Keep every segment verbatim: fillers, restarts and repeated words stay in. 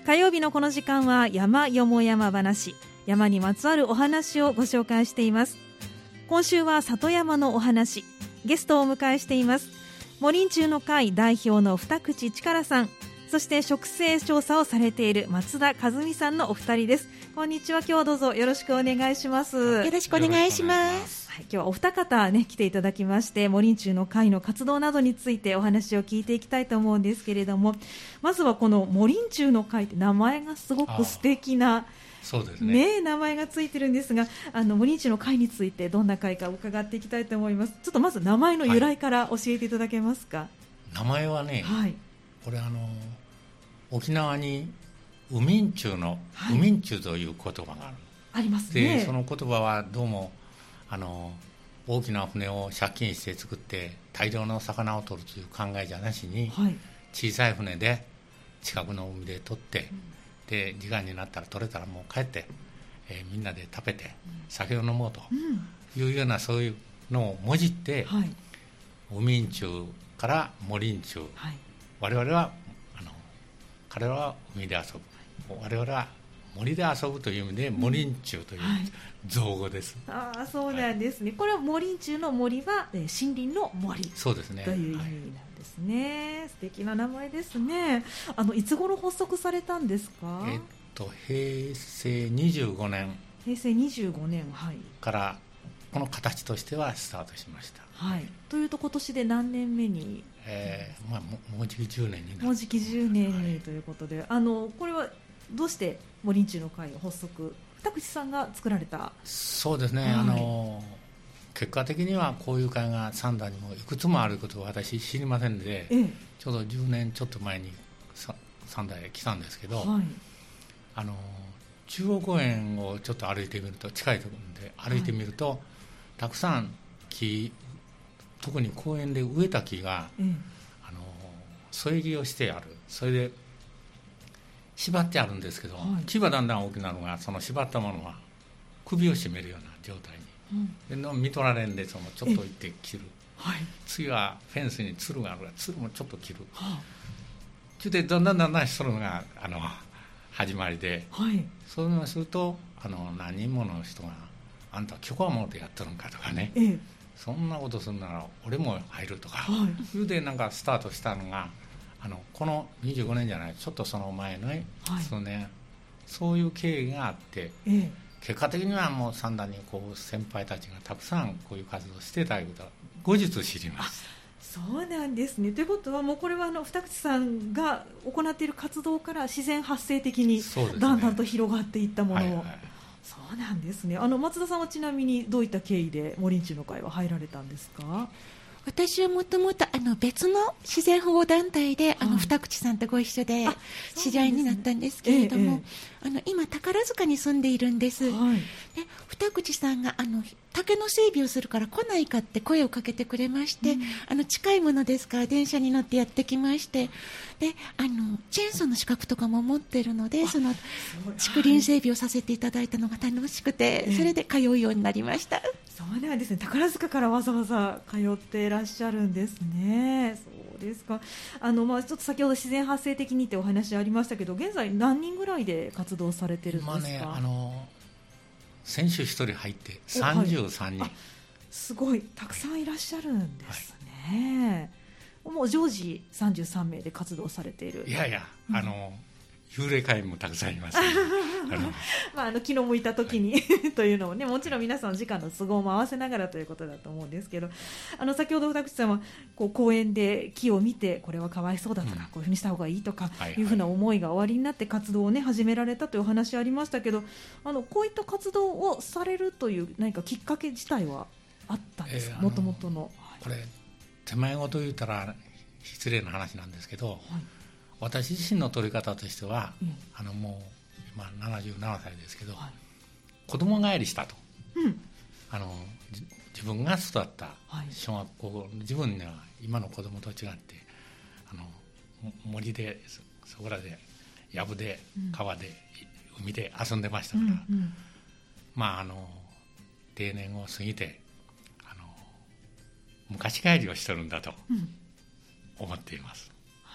火曜日のこの時間は山よも山話、山にまつわるお話をご紹介しています。今週は里山のお話、ゲストをお迎えしています。森林中の会代表の二口力さん、そして植生調査をされている松田和美さんのお二人です。こんにちは。今日はどうぞよろしくお願いします。 よろしくお願いします。 はい、今日はお二方、ね、来ていただきまして、森林中の会の活動などについてお話を聞いていきたいと思うんですけれども、まずはこの森林中の会って名前がすごく素敵な、 そうですね、 ね、名前がついてるんですが、あの森林中の会についてどんな会か伺っていきたいと思います。ちょっとまず名前の由来から教えていただけますか。はい、 名前はね、 はい、 これあの沖縄にウミンチュウの、はい、ウミンチュウという言葉がある。 ありますね。 でその言葉はどうもあの大きな船を借金して作って大量の魚を取るという考えじゃなしに、はい、小さい船で近くの海で取って、うん、で時間になったら取れたらもう帰って、えー、みんなで食べて、うん、酒を飲もうというような、そういうのをもじって、はい、ウミンチュウから森林中、はい、我々は彼らは海で遊ぶ、我々は森で遊ぶという意味で森林中という造語です。 うん、はい、ああ、そうなんですね。はい、これは森林中の森は森林の森、 そうですね、 という意味なんですね。はい、素敵な名前ですね。あのいつ頃発足されたんですか。 えっと平成にじゅうごねん平成にじゅうごねん、はい、 からこの形としてはスタートしました。 はい、というと今年で何年目に。 えーまあ、も, もうじきじゅうねんになる。 もうじきじゅうねんにということで、はい、あのこれはどうして森林中の会を発足、二口さんが作られた。 そうですね、はい、あの結果的にはこういう会が三田にもいくつもあることを私知りませんので、ええ、ちょうどじゅうねんちょっと前に三田へ来たんですけど、はい、あの中央公園をちょっと歩いてみると、近いところで歩いてみると、はい、たくさん木、特に公園で植えた木が、うん、あの添え木をしてある。それで縛ってあるんですけど、はい、木はだんだん大きなのが、その縛ったものは首を絞めるような状態に、うん、で見取られんで、そのちょっと行って切る、はい、次はフェンスにつるがあるからつるもちょっと切る、はあ、それでだんだんだんだんそれがあの始まりで、はい、そういうのをするとあの何人もの人があんた許可を持ってやってるんかとかね、ええ、そんなことするなら俺も入るとか、はい、それでなんかスタートしたのがあのこのにじゅうごねんじゃない、ちょっとその前の数年、はい、そういう経緯があって、ええ、結果的にはもう三田にこう先輩たちがたくさんこういう活動をしてたということは後日知ります。 そうなんですね。ということはもうこれはあの二口さんが行っている活動から自然発生的にだんだんと広がっていったものを、ね、はいはい、そうなんですね。あの松田さんはちなみにどういった経緯で森林中の会は入られたんですか。 私はもともと別の自然保護団体で、はい、あの二口さんとご一緒で知り合いになったんですけれども、ねええ、あの今宝塚に住んでいるんです、はい、で二口さんがあの竹の整備をするから来ないかって声をかけてくれまして、うん、あの近いものですから電車に乗ってやってきまして、であのチェーンソーの資格とかも持っているので、その竹林整備をさせていただいたのが楽しくて、はい、それで通うようになりました。 そうなんですね。宝塚からわざわざ通っていらっしゃるんですね。そうですか。あの、まあ、ちょっと先ほど自然発生的にってお話ありましたけど、現在何人ぐらいで活動されてるんですか。 今ね、あの選手ひとり入ってさんじゅうさんにん、はい、 すごいたくさんいらっしゃるんですね、はい、もう常時さんじゅうさんめいで活動されている。 いやいや、うん、あの幽霊会員もたくさんいます、ね、 あのまあ、あの気の向いた時に、はい、というのもね、もちろん皆さんの時間の都合も合わせながらということだと思うんですけど、あの先ほど二口さんはこう公園で木を見てこれはかわいそうだとか、うん、こういうふうにした方がいいとかいうふうな思いがおありになって活動を、ね、始められたというお話ありましたけど、あのこういった活動をされるという何かきっかけ自体はあったんですか。もともとのこれ手前ごと言ったら失礼な話なんですけど、はい、私自身の取り方としては、うん、あのもう今ななじゅうななさいですけど、はい、子供帰りしたと、うん、あの自分が育った小学校、はい、自分には今の子供と違ってあの森でそこらで藪で川で、うん、海で遊んでましたから、うんうん、まああの定年を過ぎてあの昔帰りをしてるんだと思っています。 そ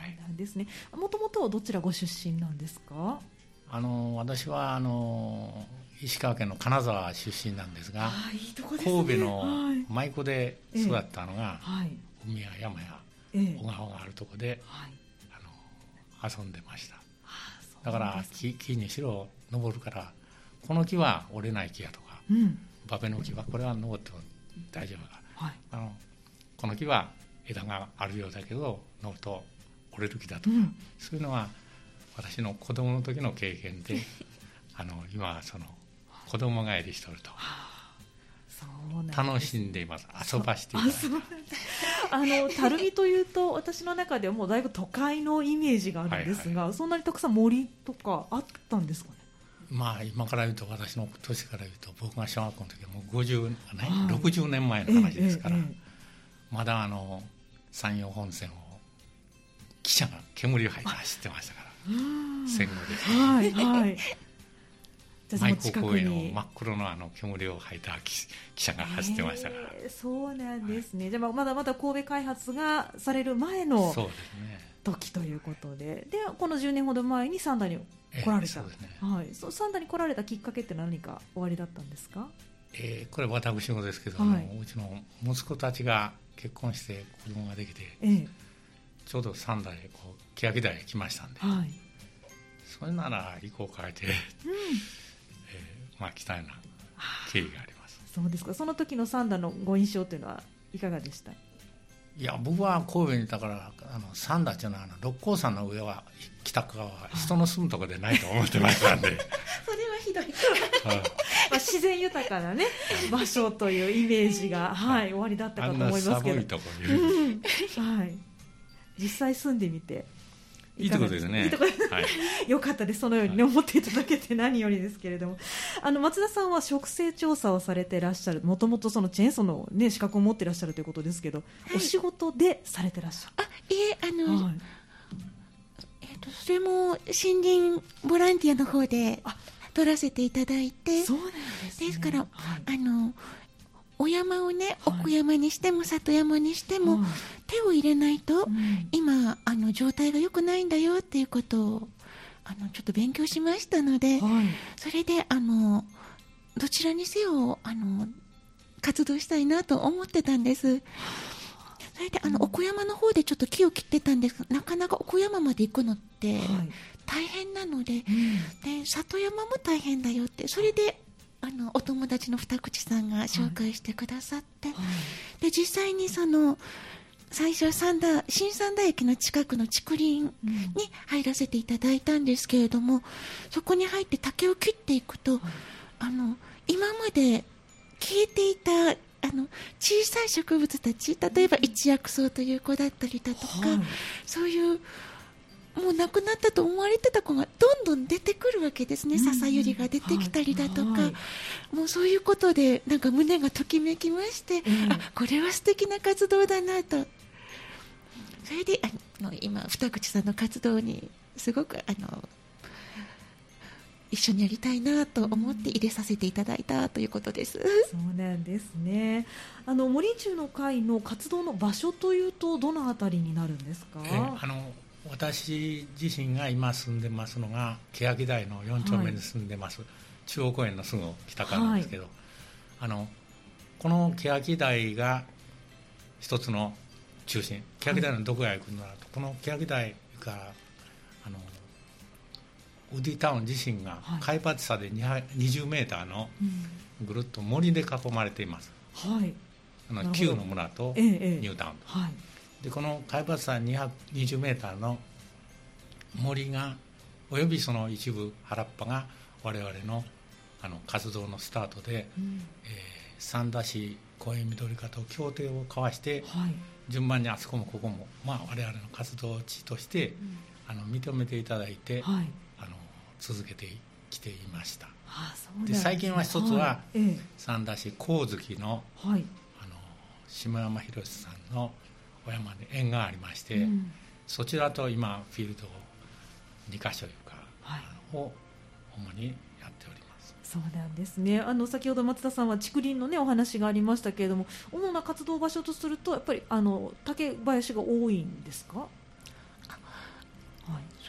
そうなんですね。もともとはどちらご出身なんですか？ あの私はあの石川県の金沢出身なんですが、 いいとこですね、 神戸の舞妓で育ったのが、 はい、 海や山や小川があるところで、はい、あの遊んでました。だから木, 木にしろ登るからこの木は折れない木やとか、うん、バベの木はこれは登っても大丈夫だ、はい、あのこの木は枝があるようだけど登ると折れる木だとか、うん、そういうのは私の子供の時の経験であの今はその子供帰りしとると、はあ、そうなんです。楽しんでいます。遊ばしていただいてあの垂水というと私の中ではもうだいぶ都会のイメージがあるんですが、はいはい、そんなにたくさん森とかあったんですかね？ まあ今から言うと私の年から言うと僕が小学校の時はもうごじゅう、ねはい、ろくじゅうねんまえの話ですから、ええええ、まだあの山陽本線を汽車が煙を吐いて走ってましたから戦後ですね、はいはい舞子公園を真っ黒のあの煙を吐いた汽車が走ってましたから、 えー、そうなんですね、はい、じゃあまだまだ神戸開発がされる前の時ということで、でこのじゅうねんほど前に三田に来られた、えーそうですね、はい、そ三田に来られたきっかけって何かおありだったんですか？ えー、これ私事ですけど、はい、うちの息子たちが結婚して子供ができて、えー、ちょうど三田へこう欅台へ来ましたんで、はい、それなら行こうかって、うんまあ、来たような経緯があります。 そうですか。その時の三田のご印象というのはいかがでした？ いや僕は神戸にいたからあの三田というのはあの六甲山の上は北側は人の住むところでないと思ってましたんでそれはひどいまあ自然豊かな、ね、場所というイメージが、はい、終わりだったかと思いますけど、あんな寒いところに、うんはい、実際住んでみていいところですね。いいところです、はい、 よかったです。そのように、ね、思っていただけて何よりですけれども、あの松田さんは植生調査をされていらっしゃる、もともとそのチェーンソーの、ね、資格を持っていらっしゃるということですけど、はい、お仕事でされていらっしゃる？ あいえあの、はいえー、とそれも森林ボランティアの方で取らせていただいて、 そうなんですね、 ですから、はい、あのお山をね、奥山にしても里山にしても、はい、手を入れないと、うん、今あの状態が良くないんだよっていうことをあのちょっと勉強しましたので、はい、それであのどちらにせよあの活動したいなと思ってたんです。それであの、うん、奥山の方でちょっと木を切ってたんですが、なかなか奥山まで行くのって大変なので、はい、で里山も大変だよって、それであのお友達の二口さんが紹介してくださって、はいはい、で実際にその最初は三田新三田駅の近くの竹林に入らせていただいたんですけれども、うん、そこに入って竹を切っていくと、はい、あの今まで消えていたあの小さい植物たち、例えば一薬草という子だったりだとか、はい、そういうもう亡くなったと思われてた子がどんどん出てくるわけですね。笹百合が出てきたりだとか、はいはい、もうそういうことでなんか胸がときめきまして、うん、あこれは素敵な活動だなと。それであの今二口さんの活動にすごくあの一緒にやりたいなと思って入れさせていただいたということです。 そうなんですね。あの森中の会の活動の場所というとどのあたりになるんですか？ えあの私自身が今住んでますのが欅台のよん丁目に住んでます、はい、中央公園のすぐ北側なんですけど、はい、あのこの欅台が一つの中心、欅台のどこへ行くのかと、はい、この欅台があのウディタウン自身が海抜差でにじゅうメーターのぐるっと森で囲まれています、はい、あの旧の村とニュータウンと、ええはい、でこの海抜差にじゅうメーターの森がおよびその一部原っぱが我々 の, あの活動のスタートで、うんえー、三田市公園緑課と協定を交わして、はい、順番にあそこもここも、まあ、我々の活動地として、うん、あの認めていただいて、はい、あの続けてきていました。ああそうで最近は一つは、はいええ、三田市光月 の,、はい、あの下山博さんのお山で縁がありまして、うん、そちらと今フィールドをにか所いうか、はい、を主にやっております。 そうなんですね。あの先ほど松田さんは竹林の、ね、お話がありましたけれども、主な活動場所とするとやっぱりあの竹林が多いんですか？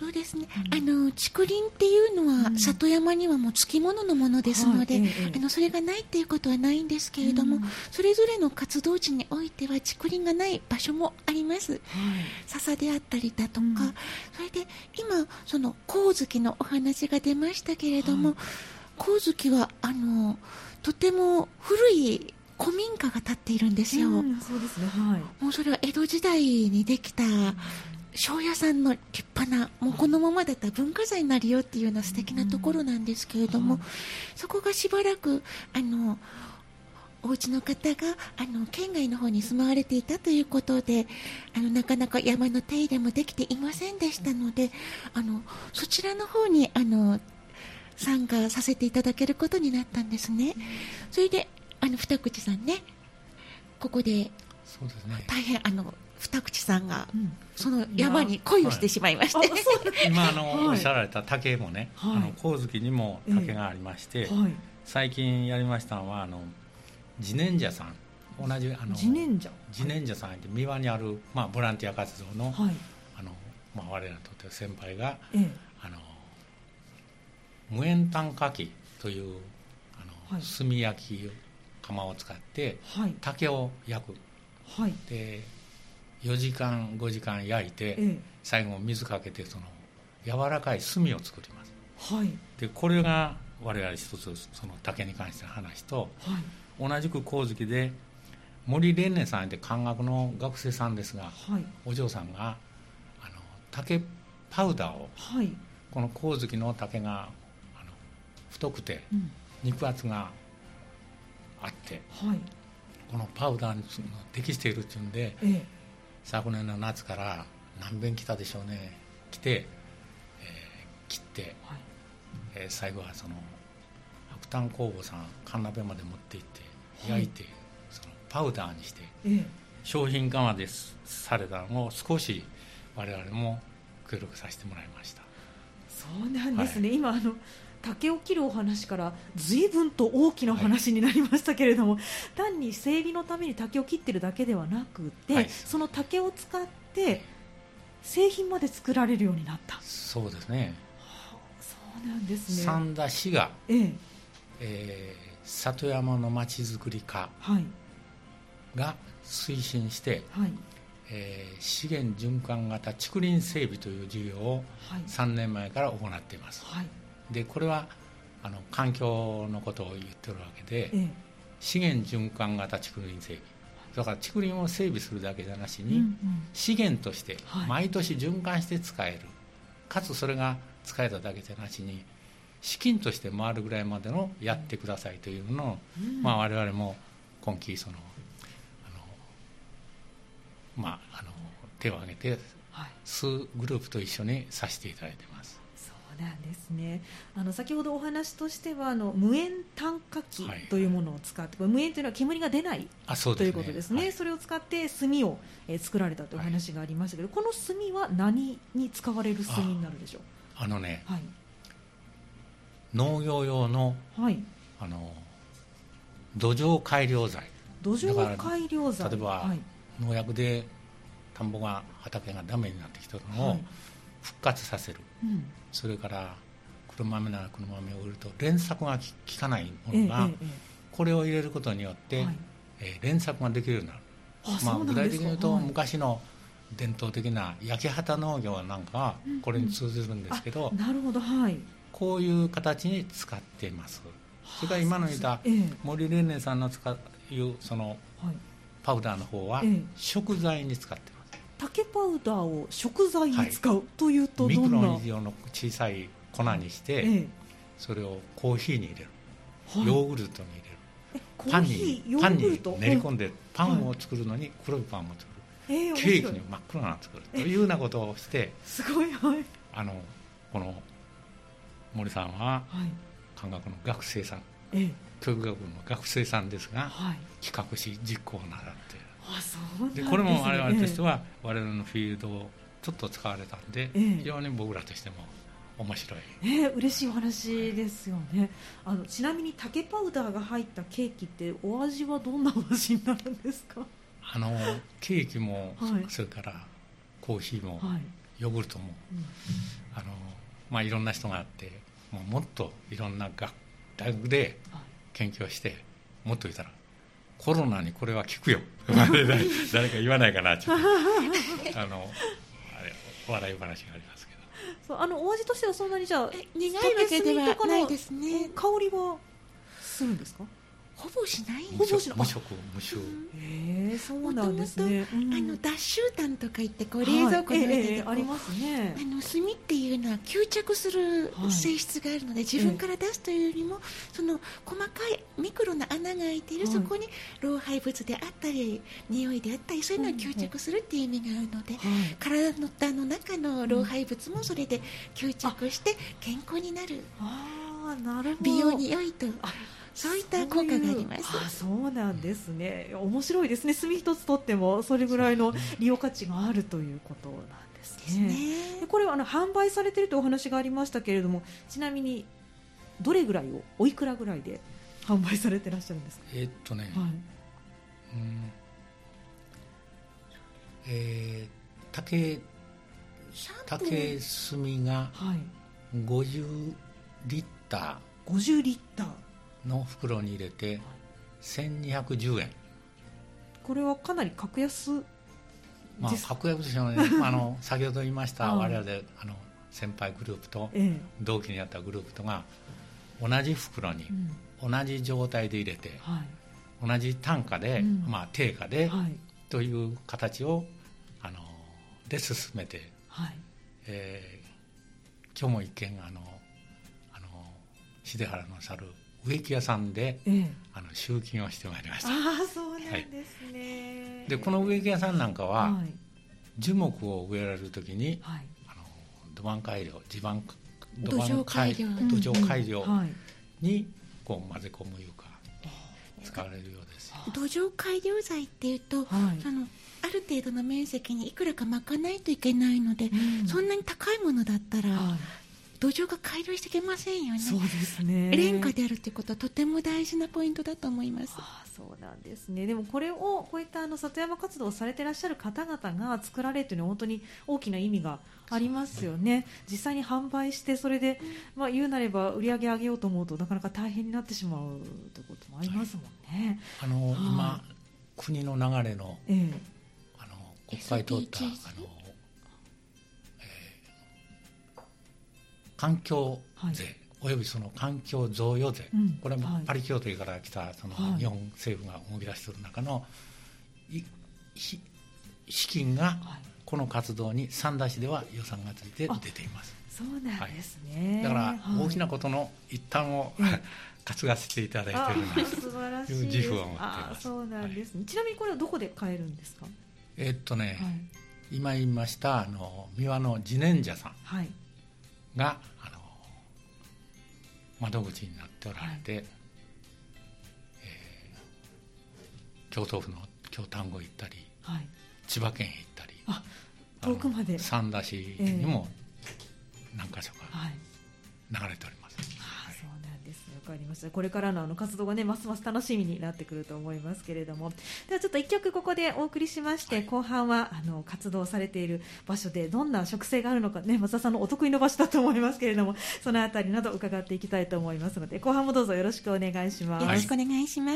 そうですね、うん、あの竹林っていうのは、うん、里山にはもうつきもののものですので、はい、ええ、あのそれがないっていうことはないんですけれども、うん、それぞれの活動地においては竹林がない場所もあります、はい、笹であったりだとか、うん、それで今その光月のお話が出ましたけれども、はい、光月はあのとても古い古民家が建っているんですよ、 うん、そうですね、はい、 もうそれは江戸時代にできた、うん庄屋さんの立派なもうこのままだったら文化財になるよっていうような素敵なところなんですけれども、うん、そこがしばらくあのお家の方があの県外の方に住まわれていたということであのなかなか山の手入れもできていませんでしたのであのそちらの方にあの参加させていただけることになったんですね、うん、それであの二口さんねここでそうですね、 大変あの二口さんが、うん、その山に恋をしてしまいまして、はい、 今あの、はい、おっしゃられた竹もね、はい、あの光月にも竹がありまして、えーはい、最近やりましたのはあの自然者さん同じあの自然者自然者さんって三輪にある、まあ、ボランティア活動の、はい、あのまあ、我らにとって先輩が、えー、あの無煙炭火器というあの、はい、炭焼き窯を使って、はい、竹を焼く、はい、でよじかんごじかん焼いて、ええ、最後水かけてその柔らかい炭を作ります、はい、でこれが我々一つその竹に関しての話と、はい、同じく光月で森蓮年さんって漢学の学生さんですが、はい、お嬢さんがあの竹パウダーを、はい、この光月の竹があの太くて、うん、肉厚があって、はい、このパウダーに適しているっていうんで、ええ、昨年の夏から何遍来たでしょうね来て、えー、切って、はい、えー、最後はその白炭工房さん神鍋まで持って行って焼いて、はい、そのパウダーにして、ええ、商品化までされたのを少し我々も協力させてもらいました。 そうなんですね、はい、今あの竹を切るお話から随分と大きなお話になりましたけれども、はい、単に整備のために竹を切ってるだけではなくて、はい、その竹を使って製品まで作られるようになった。 そうですね、 はあ、そうなんですね。 三田市が、えええー、里山のまちづくり課が推進して、はい、えー、資源循環型竹林整備という事業をさんねんまえから行っています、はい、でこれはあの環境のことを言ってるわけで、ええ、資源循環型竹林整備だから竹林を整備するだけじゃなしに、うんうん、資源として毎年循環して使える、はい、かつそれが使えただけじゃなしに資金として回るぐらいまでのやってくださいというのを、うんまあ、我々も今期そのまあ、あの手を挙げて、はい、数グループと一緒にさせていただいてます。 そうなんですね。あの先ほどお話としてはあの無煙炭火器というものを使って、はい、無煙というのは煙が出ないあそうですねということですね、はい、それを使って炭を、えー、作られたという話がありましたけど、はい、この炭は何に使われる炭になるでしょう。 あ、あのね、はい、農業用の、はい、あの土壌改良剤土壌改良剤例えば、はい、農薬で田んぼが畑がダメになってきてるのを復活させる、はいうん、それから黒豆なら黒豆を売ると連作が効かないものが、えええ、これを入れることによって、はいえー、連作ができるようになる。まあ、具体的に言うと、はい、昔の伝統的な焼き畑農業なんかはこれに通じるんですけど、 うんうん、なるほど、はい、 こういう形に使っています。それから今の言った、ええ、森蓮年さんの使うその、はいパウダーの方は食材に使ってます、ええ、 竹パウダーを食材に使う、はい、というとどんなミクロン以上の小さい粉にして、ええ、それをコーヒーに入れる、はい、ヨーグルトに入れるパンに、パンに練り込んでパンを作るのに黒いパンを作る、ええ、ケーキに真っ黒なのを作るというようなことをしてすごい、はい、 あのこの森さんは漢学の学生さん、ええ教育学部の学生さんですが、はい、企画し実行をなさってあそうなんですね、 でこれも我々としては、えー、我々のフィールドをちょっと使われたんで、えー、非常に僕らとしても面白い、 えー、嬉しいお話ですよね。あのちなみに竹パウダーが入ったケーキってお味はどんなお味になるんですか。 あのケーキも、はい、それからコーヒーも、はい、 ヨーグルトも、うん、あのまあ、いろんな人があってもうもっといろんな学大学で研究をしてもっと言ったらコロナにこれは効くよ誰, 誰か言わないかなってあのあれお笑い話がありますけど、 そうあのお味としてはそんなにじゃあ苦いわけではないですね。 香りはするんですか？ ほぼしない。 ほぼしない。無色無臭。 へえ、そうなんですね。 あの脱臭炭とか言ってこう冷蔵庫の中でありますね。 あの炭っていうのは吸着する性質があるので、自分から出すというよりもその細かいミクロな穴が開いている、そこに老廃物であったり匂いであったりそういうのを吸着するっていう意味があるので、体の中の老廃物もそれで吸着して健康になる。 ああ、なるほど。 美容に良いと。そういった効果があります。 あ、そうなんですね。面白いですね。炭一つとってもそれぐらいの利用価値があるということなんですね。ですね。でこれはあの販売されているというお話がありましたけれども、ちなみにどれぐらいをおいくらぐらいで販売されていらっしゃるんですか？ えー、っとね、はい、うんえー、竹竹炭がごじゅうリッター、 ごじゅうリッターの袋に入れてせんにひゃくじゅうえん。 これはかなり格安です。 まあ格安ですよね。あの先ほど言いました我々あの先輩グループと同期になったグループとが同じ袋に同じ状態で入れて、はい、同じ単価で、うん、まあ定価で、はい、という形をあので進めて、はい、えー、今日も一見あのあの秀原の猿植木屋さんで、ええ、あの集金をしてまいりました。 ああ、そうなんですね。 はい、でこの植木屋さんなんかは、はい、樹木を植えられるときに、はい、あの土盤改良、地盤土壌改良、 土壌改良にこう混ぜ込むいうか、使われるようです。 土壌改良剤っていうと、はい、そのある程度の面積にいくらかまかないといけないので、うん、そんなに高いものだったら、はい、土壌が改良していけませんよね。 そうですね。 廉価であるということはとても大事なポイントだと思います。 ああ、そうなんですね。でもこれをこういったあの里山活動をされていらっしゃる方々が作られるというのは本当に大きな意味がありますよね。実際に販売してそれで、まあ、言うなれば売り上げ上げようと思うとなかなか大変になってしまうということもありますもんね。 はい、あの、はい、今国の流れの、ええ、あの国会通ったあの環境税、はい、およびその環境贈与税、うん、これもパリ協定から来たその日本政府が生み出している中の、はい、資金がこの活動に三田市では予算がついて出ています。 そうなんですね。 はい、だから大きなことの一端を、はい、担がせていただいているなという自負を持っています。 そうなんですね。はい、ちなみにこれはどこで買えるんですか？ えー、っとね、はい、今言いましたあの三輪の自然社さん、はい、があの窓口になっておられて、はい、えー、京都府の京丹後行ったり、はい、千葉県へ行ったり、 あ、遠くまで三田市にも何か所か流れております。 えーはい、そうなんですね。わかりました。これからのあの活動がねますます楽しみになってくると思いますけれども、ではちょっと一曲ここでお送りしまして、はい、後半はあの活動されている場所でどんな植生があるのかね、松田さんのお得意の場所だと思いますけれども、そのあたりなど伺っていきたいと思いますので、後半もどうぞよろしくお願いします。 よろしくお願いします。はい、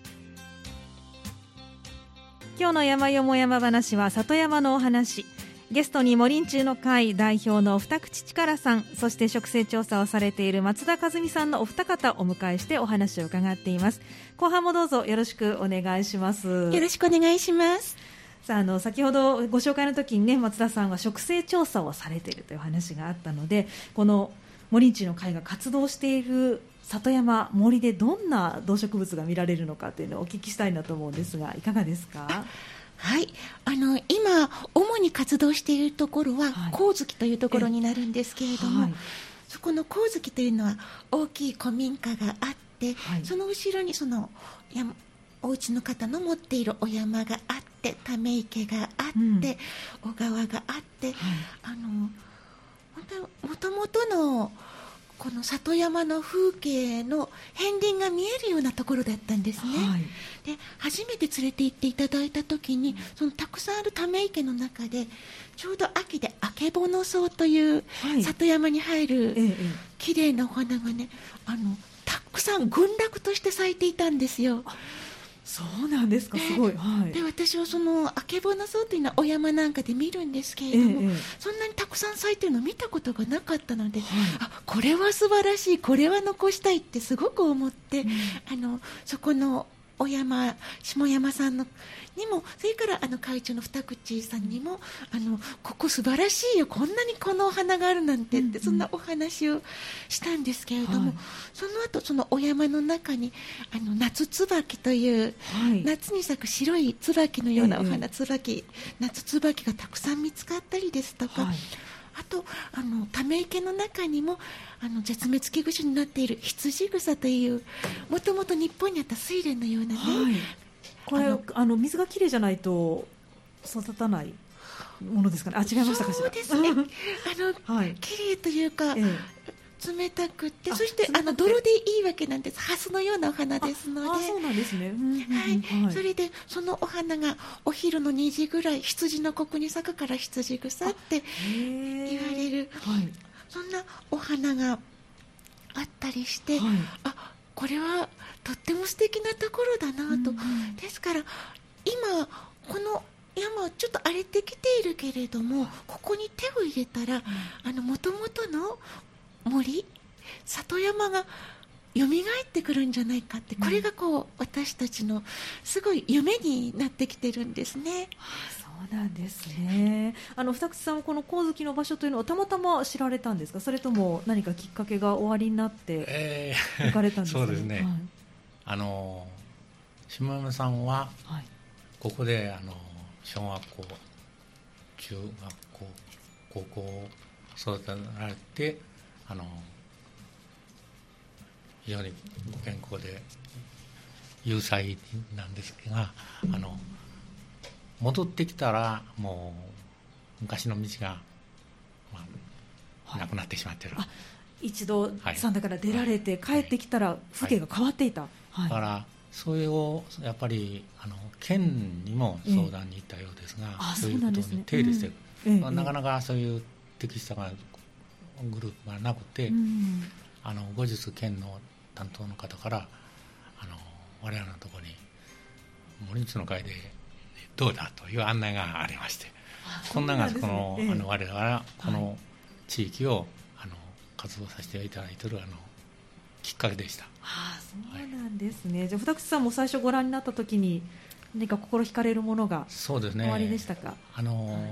今日の山よも山話は里山のお話。ゲストに森んちゅうの会代表の二口力さん、そして植生調査をされている松田和美さんのお二方をお迎えしてお話を伺っています。後半もどうぞよろしくお願いします。よろしくお願いします。 さあ、あの先ほどご紹介の時にね、松田さんは植生調査をされているという話があったので、この森んちゅうの会が活動している里山森でどんな動植物が見られるのかというのをお聞きしたいなと思うんですが、いかがですか？ はい、あの今主に活動しているところは光月というところになるんですけれども、はい、そこの光月というのは大きい古民家があって、はい、その後ろにその山お家の方の持っているお山があって、ため池があって、うん、小川があって、はい、あのもともとのこの里山の風景の片鱗が見えるようなところだったんですね、はい、で初めて連れて行っていただいた時に、そのたくさんあるため池の中でちょうど秋であけぼの草という里山に入るきれいなお花がね、あのたくさん群落として咲いていたんですよ。 そうなんですか、すごい、はい、 で私はそのあけぼの草というのはお山なんかで見るんですけれども、ええ、そんなにたくさん咲いてるのを見たことがなかったので、はい、あこれは素晴らしい、これは残したいってすごく思って、うん、あのそこのお山下山さんのにも、それからあの会長の二口さんにも、あのここ素晴らしいよ、こんなにこのお花があるなんてって、うん、そんなお話をしたんですけれども、はい、その後そのお山の中にあの夏椿という、はい、夏に咲く白い椿のようなお花、ええ、椿夏椿がたくさん見つかったりですとか、はい、あとあのため池の中にもあの絶滅危惧種になっている羊草という、もともと日本にあった睡蓮のようなね、はい、 これあのあの水がきれいじゃないと育たないものですかね。あ、違いましたかしら。 そうですね、あの、はい、きれいというか、ええ、冷たくて、そしてあの泥でいいわけなんです。ハスのようなお花ですので。 ああ、そうなんですね、うんうんうん、 はいはい、それでそのお花がお昼のにじぐらい羊のこくに咲くから羊草って言われる、はい、そんなお花があったりして、はい、あこれはとっても素敵なところだなと、うんうん、ですから今この山はちょっと荒れてきているけれども、ここに手を入れたら、うん、もともとの森里山が蘇ってくるんじゃないかって、これがこう私たちのすごい夢になってきてるんですね。 そうなんですね。あの二口さん、この光月の場所というのはたまたま知られたんですか、それとも何かきっかけがおありになって行かれたんですか、ね。 そうですね、はい、あの下山さんは、はい、ここであの小学校中学校高校を育てられて、あの非常にご健康で有才なんですが、あの戻ってきたらもう昔の道が、まあ、なくなってしまっている、はい、 一度三田から出られて、はい、帰ってきたら風景が変わっていた、はいはい、 だからそれをやっぱりあの県にも相談に行ったようですが、えー、そういうことに手入れしている、うんえー、なかなかそういう適したグループがなくて、うん、あの後日県の担当の方からあの我々のところに森道の会でどうだという案内がありまして、こんながこの、ええ、あの我々はこの地域を、はい、あの活動させていただいているあのきっかけでした。 ああ、そうなんですね、はい、じゃあ二口さんも最初ご覧になったときに何か心惹かれるものがおありでしたか。そうですね、 あの、はい、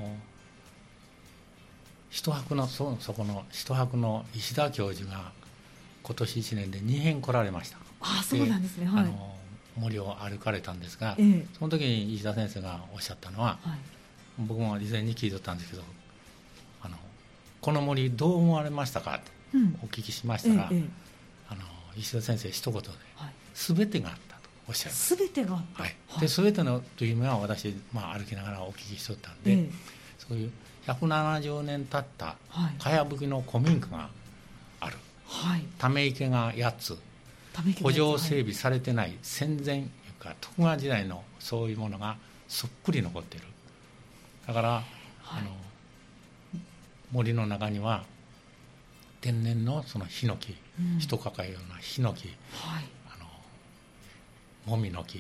一泊の そ, そこの一泊の石田教授が今年いちねんでにへん来られました。 ああ、そうなんですね、はい、あの森を歩かれたんですが、ええ、その時に石田先生がおっしゃったのは、はい、僕も以前に聞いとったんですけど、あのこの森どう思われましたかとお聞きしましたら、うんええ、あの石田先生一言で、はい、全てがあったとおっしゃいます。 全てがあった、 はい、で全てのという意味は私、まあ、歩きながらお聞きしとったんで、ええ、そういうひゃくななじゅうねん経ったかやぶきの古民家がある、はい、ため池がやっつ、補助整備されてない戦前いうか徳川時代のそういうものがそっくり残っている。だから、はい、あの森の中には天然のそのヒノキ、うん、人抱えるようなヒノキ、はい、あのもみの木、うん、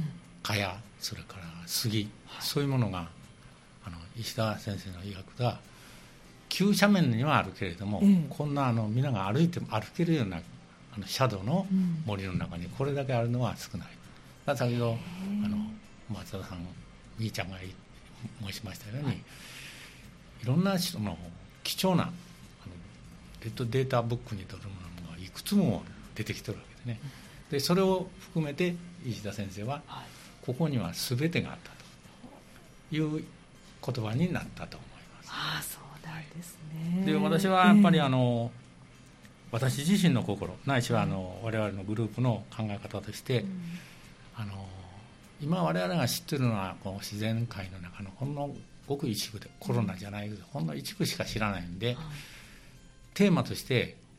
かや、それから杉、はい、そういうものがあの石田先生の医学が急斜面にはあるけれども、うん、こんなあの皆が歩いても歩けるようなあのシャドウの森の中にこれだけあるのは少ない。だ先ほどあの松田さん兄ちゃんが申しましたように、はい、いろんな人の貴重なあのレッドデータブックに取るものがいくつも出てきてるわけですね。でそれを含めて石田先生は、はい、ここには全てがあったという言葉になったと思います。 ああ、そうなんですね。 で私はやっぱりあの、えー私自身の心ないしはあの我々のグループの考え方として、うん、あの今我々が知っているのはこの自然界の中のほんのごく一部で、コロナじゃないけどほんの一部しか知らないんで、うん、テーマとして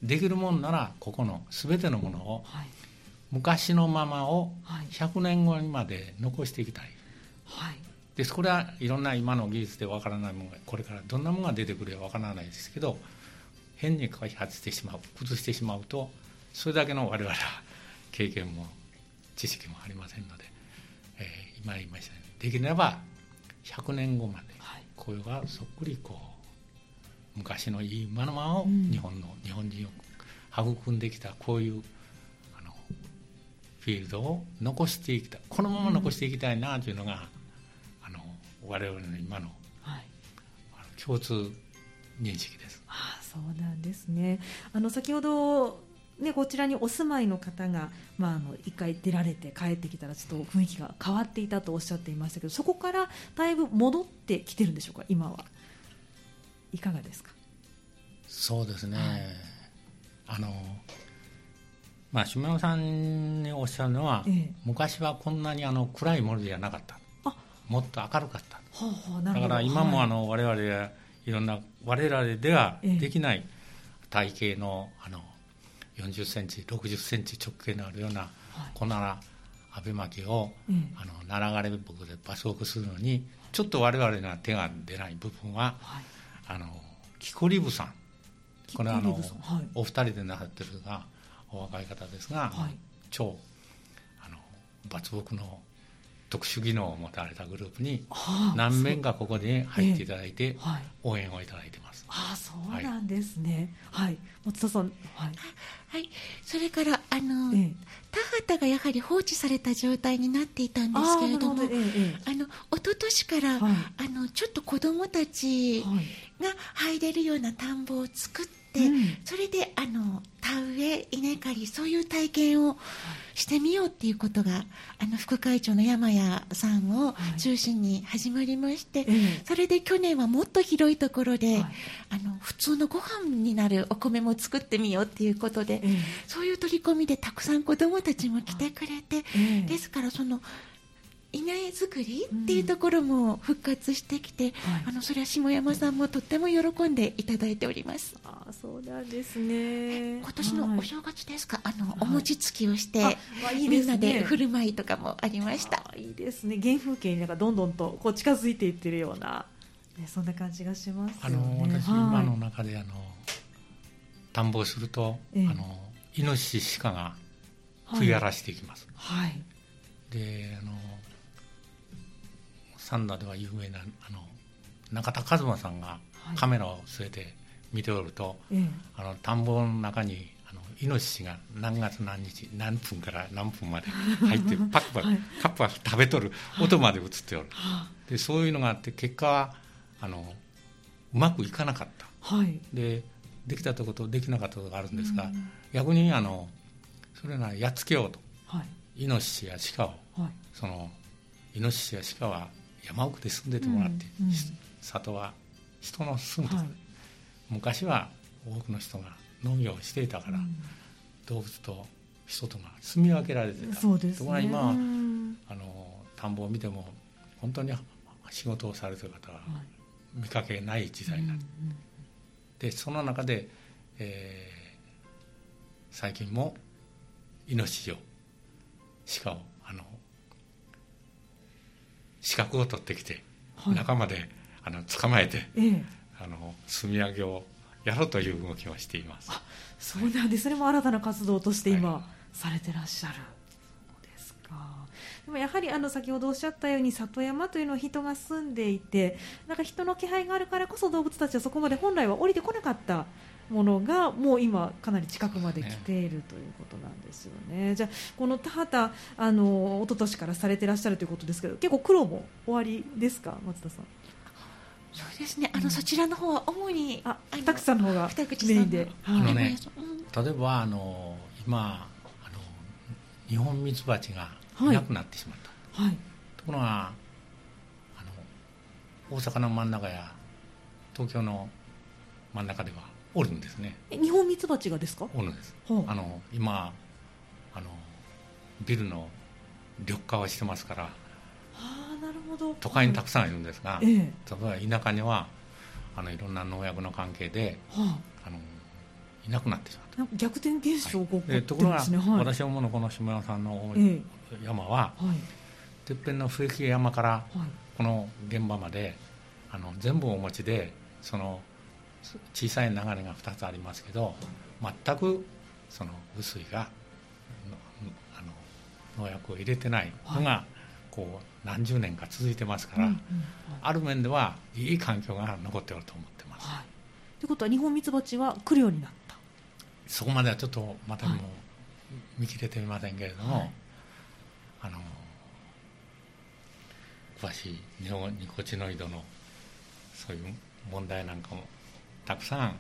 できるもんならここの全てのものを、はい、昔のままをひゃくねんごにまで残していきたい、はい、です。これはいろんな今の技術でわからないものがこれからどんなものが出てくるかわからないですけど、変に開発してしまう崩してしまうとそれだけの我々は経験も知識もありませんので、えー、今言いましたようにできればひゃくねんごまでこれがそっくりこう昔のいいままを日本の、うん、日本人を育んできたこういうあのフィールドを残していきたい、このまま残していきたいなというのが、うん、あの我々の今の、はい、あの共通認識です。 ああ、そうなんですね。あの先ほどね、こちらにお住まいの方が、まあ、あの一回出られて帰ってきたらちょっと雰囲気が変わっていたとおっしゃっていましたけど、そこからだいぶ戻ってきてるんでしょうか、今はいかがですか。 そうですね、はい、あのまあ下山さんにおっしゃるのは、ええ、昔はこんなにあの暗いものではなかった、あ、もっと明るかった、はあはあ、なるほど。だから今もあの、はい、我々はいろんな我々ではできない体型の、あのよんじゅっセンチろくじゅっセンチ直径のあるような、はい、こんなアベマキを、うん、あの奈良枯れ木で伐木するのにちょっと我々が手が出ない部分は、はい、あの木こりぶさん、これはあの、はい、お二人でなさってるがお若い方ですが、はい、超あの伐木の特殊技能を持たれたグループに何名かここに入っていただいて応援をいただいています。 ああ、そうなんですね。はい、松田さん、はい、 はい、それからあの、ええ、田畑がやはり放置された状態になっていたんですけれども、あ、ええ、あの一昨年から、はい、あのちょっと子どもたちが入れるような田んぼを作って、うん、それであの田植え稲刈りそういう体験をしてみようっていうことがあの副会長の山谷さんを中心に始まりまして、はい、それで去年はもっと広いところで、はい、あの普通のご飯になるお米も作ってみようっていうことで、えー、そういう取り組みでたくさん子どもたちも来てくれて、えー、ですからその稲作りっていうところも復活してきて、うん、はい、あのそれは下山さんもとっても喜んでいただいております。 あ、そうなんですね。 今年のお正月ですか、はい、あのお餅つきをして、はい、まあいいですね、みんなで振る舞いとかもありました。 あ、いいですね。原風景になんかどんどんとこう近づいていってるような、ね、そんな感じがしますよね。 あの私、はい、今の中であの田んぼをすると、ええ、あのイノシシ鹿が食い荒らしていきます、はい、であの三田では有名なあの中田和馬さんがカメラを据えて見ておると、はい、あの田んぼの中にあのイノシシが何月何日何分から何分まで入ってパクパク、はい、カッパ食べとる音まで映っておる、はい、でそういうのがあって結果はあのうまくいかなかった、はい、でできたところとできなかったところがあるんですが、逆にあのそれがやっつけようと、はい、イノシシや鹿を、はい、そのイノシシや鹿は山奥で住んでてもらって、うんうん、里は人の住んで、はい、昔は多くの人が農業をしていたから、うん、動物と人とが住み分けられてた。 そうですね。 ところが今はあの田んぼを見ても本当に仕事をされている方は見かけない時代になる、うんうん、でその中で、えー、最近もイノシシを鹿をあの資格を取ってきて、はい、仲間であの捕まえて、ええ、あの住み上げをやろうという動きをしています。 あ、そうなんです。それも新たな活動として今、はい、されてらっしゃる。そうですか。でもやはりあの先ほどおっしゃったように里山というのは人が住んでいて、なんか人の気配があるからこそ動物たちはそこまで本来は降りてこなかったものがもう今かなり近くまで来ているということなんですよね。じゃあこの田畑あの一昨年からされていらっしゃるということですけど、結構苦労もおありですか、松田さん。 そうですね、あの、うん、そちらの方は主にあ二口さんの方がメインで、 あのね、例えばあの今あのニホンミツバチがいなくなってしまった、はい、ところがあの大阪の真ん中や東京の真ん中ではおるんですね。 え、ニホンミツバチがですか。 おるんです、はあ、あの今あのビルの緑化をしてますから、 あ、なるほど、 都会にたくさんいるんですが、はい、例えば田舎にはあのいろんな農薬の関係で、はあ、あのいなくなってしまった。 なんか逆転現象が起こってるんですね。 ところが、 はい、 私が思うのこの下山さんの山は、ええ、はい、てっぺんの冬木山からこの現場まであの全部お持ちで、その小さい流れがふたつありますけど、全くその雨水があの農薬を入れてないのが、はい、こう何十年か続いてますから、うんうん、はい、ある面ではいい環境が残っていると思ってます。 はい、ということはニホンミツバチは来るようになった。 そこまではちょっとまたも見切れてみませんけれども、はい、あの詳しいニコチノイドのそういう問題なんかもたくさんあの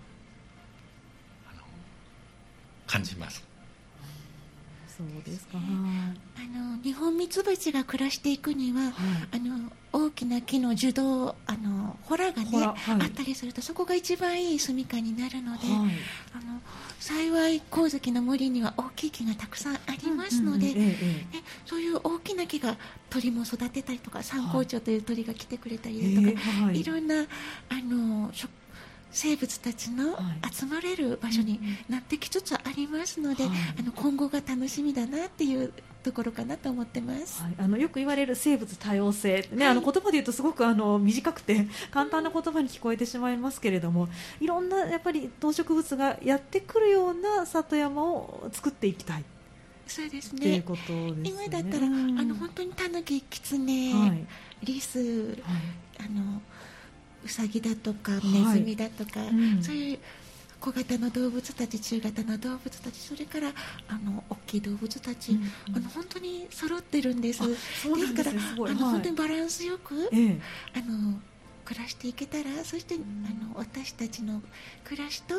感じます。 そうですか。 あのニホンミツバチが暮らしていくには、はい、あの大きな木の樹洞、あのホラがね、はい、あったりすると、そこが一番いい住処になるので、はい、あの幸い神崎の森には大きい木がたくさんありますので、うんうんうん、ええ、そういう大きな木が鳥も育てたりとか、三光鳥という鳥が来てくれたりとか、えーはい、いろんなあの植生物たちの集まれる場所になってきつつありますので、はい、あの今後が楽しみだなっていうところかなと思ってます。 はい、あのよく言われる生物多様性、ね、はい、あの言葉で言うとすごくあの短くて簡単な言葉に聞こえてしまいますけれども、いろんなやっぱり動植物がやってくるような里山を作っていきたい。 そうですね。 ということですね。 今だったら、うん、あの本当にタヌキ、キツネ、はい、リス、はい、あのウサギだとかネズミだとか、はい、うん、そういう小型の動物たち、中型の動物たち、それからあの大きい動物たち、うんうん、あの本当に揃ってるんです。 そうなんですね。 ですからあの、はい、本当にバランスよく、ええ、あの暮らしていけたら、そして、うん、あの私たちの暮らしと、はい、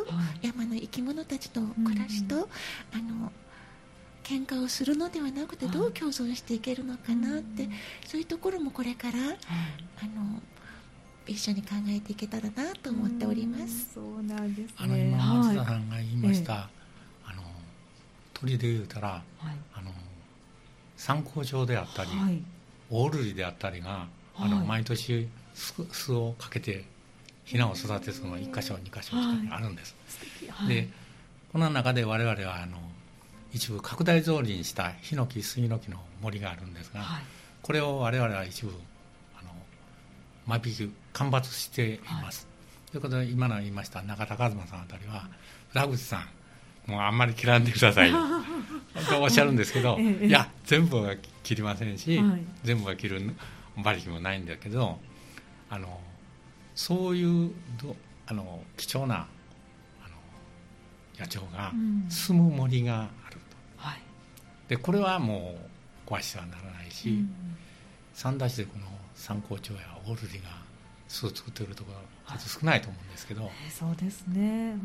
山の生き物たちの暮らしと、うんうん、あの喧嘩をするのではなくて、どう共存していけるのかなって、はい、そういうところもこれから、はい、あの一緒に考えていけたらなと思っております。 そうなんですね。 あの今松田さんが言いました、はい、あの鳥で言うたら、はい、あの三光鳥であったり、はい、オオルリであったりが、あの、はい、毎年巣、巣をかけてヒナを育てるのがいっかしょにかしょあるんです。はい、でこの中で我々はあの一部拡大造林したヒノキ、スギの木の森があるんですが、はい、これを我々は一部間引き間伐しています。はい、ということで今の言いました中田和馬さんあたりは、浦口さんもうあんまり切らんでくださいとおっしゃるんですけど、ええ、いや全部は切りませんし、はい、全部は切る馬力もないんだけど、あのそういうどあの貴重なあの野鳥が住む森があると、うん、はい、でこれはもう壊してはならないし、うん、三田市でこの三光鳥やオオルリが巣を作っているところは少ないと思うんですけど、はい、 えー、そうですね。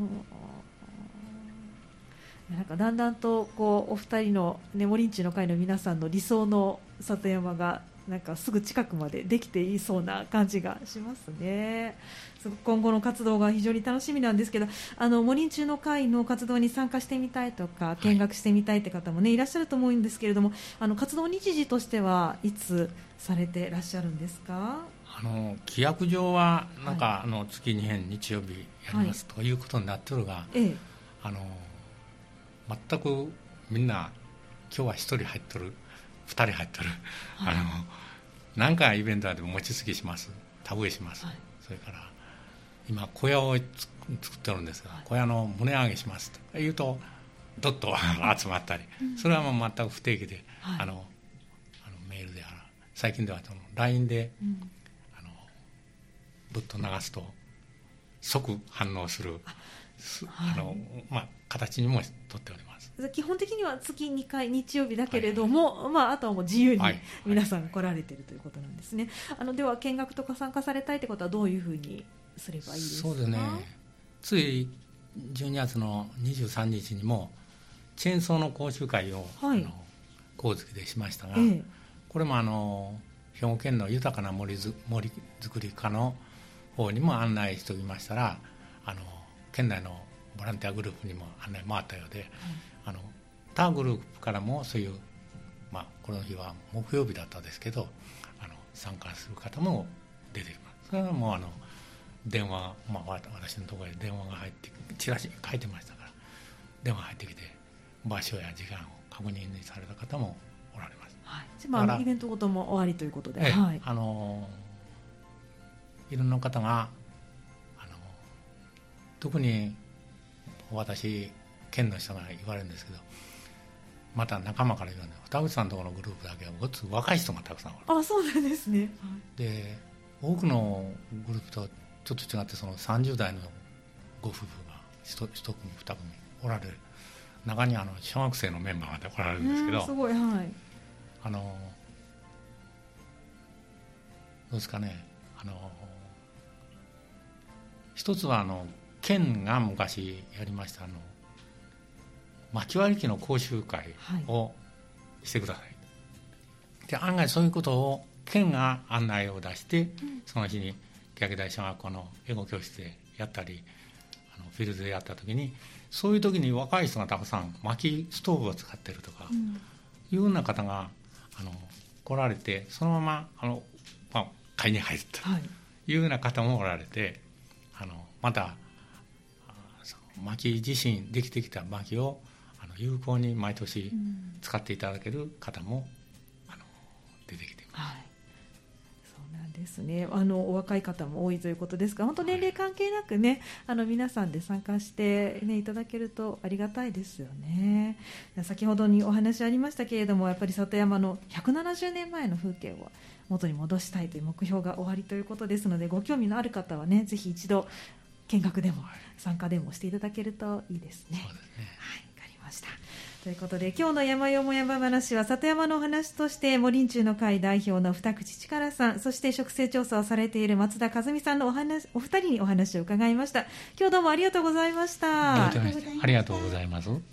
なんかだんだんとこうお二人の、ね、森んちの会の皆さんの理想の里山がなんかすぐ近くまでできていそうな感じがしますね。すごく今後の活動が非常に楽しみなんですけど、あの森んちの会の活動に参加してみたいとか見学してみたいって方も、ね、はい、いらっしゃると思うんですけれども、あの活動日時としてはいつされてらっしゃるんですか？ あの規約上はなんか、はい、あの月に編日曜日やりますということになってるが、はい、あの全くみんな今日はひとり入っとる、ふたり入っとる、はい、あの何かイベントでも餅つきします、田植えします、はい、それから今小屋を作ってるんですが、はい、小屋の棟上げしますというとどっと集まったり、それはもう全く不定期で、はい、あのあのメールである、最近ではその ライン で、うん、あのぶっと流すと即反応する、あの、まあ、形にもとっております。 基本的には月にかい日曜日だけれども、はい、まあ、あとはもう自由に皆さん来られているということなんですね。はいはい、あのでは見学とか参加されたいということはどういうふうにすればいいですか？ そうですね、ついじゅうにがつのにじゅうさんにちにもチェーンソーの講習会を、はい、あの神月でしましたが、ええ、これもあの兵庫県の豊かな森づ森づくり課の方にも案内しておきましたら、あの県内のボランティアグループにも案内回ったようで、うん、あの他グループからもそういう、まあ、この日は木曜日だったんですけど、あの参加する方も出てきます。それはもうあの電話、まあ、私のところへ電話が入ってチラシ書いてましたから、 電話入ってきて場所や時間を確認された方もおられます。 はい、まあ、イベントごとも終わりということで、 えはい、 あのいろんな方があの特に私県の人が言われるんですけど、また仲間から言うのは二口さんのところのグループだけはごっつ若い人がたくさんおる。 あ、そうなんですね。 で多くのグループとちょっと違って、そのさんじゅう代のご夫婦が一組二組おられる。中にあの小学生のメンバーがおられるんですけど、 すごい、はい、 あのどうですかね、あの一つはあの県が昔やりましたあの薪割り機の講習会をしてください、はい、で案外そういうことを県が案内を出して、うん、その日に欅台小学校の英語教室でやったり、あのフィールドでやった時に、そういう時に若い人がたくさん薪ストーブを使ってるとか、うん、いうような方があの来られて、そのままあの、まあ、会に入るというような方もおられて、あのまた薪自身できてきた薪をあの有効に毎年使っていただける方も、うん、あの出てきています。はい、 そうなんですね。あのお若い方も多いということですが、本当年齢関係なくね、あの皆さんで参加して、ね、いただけるとありがたいですよね。先ほどにお話ありましたけれども、やっぱり里山のひゃくななじゅうねんまえの風景を元に戻したいという目標が終わりということですので、ご興味のある方はね、ぜひ一度見学でも参加でもしていただけるといいですね。 そうですね。 はい、わかりました。ということで、今日の山よも山話は里山のお話として森林中の会代表の二口力さん、そして植生調査をされている松田和美さんのお話、お二人にお話を伺いました。今日どうもありがとうございました。 ありがとうございます。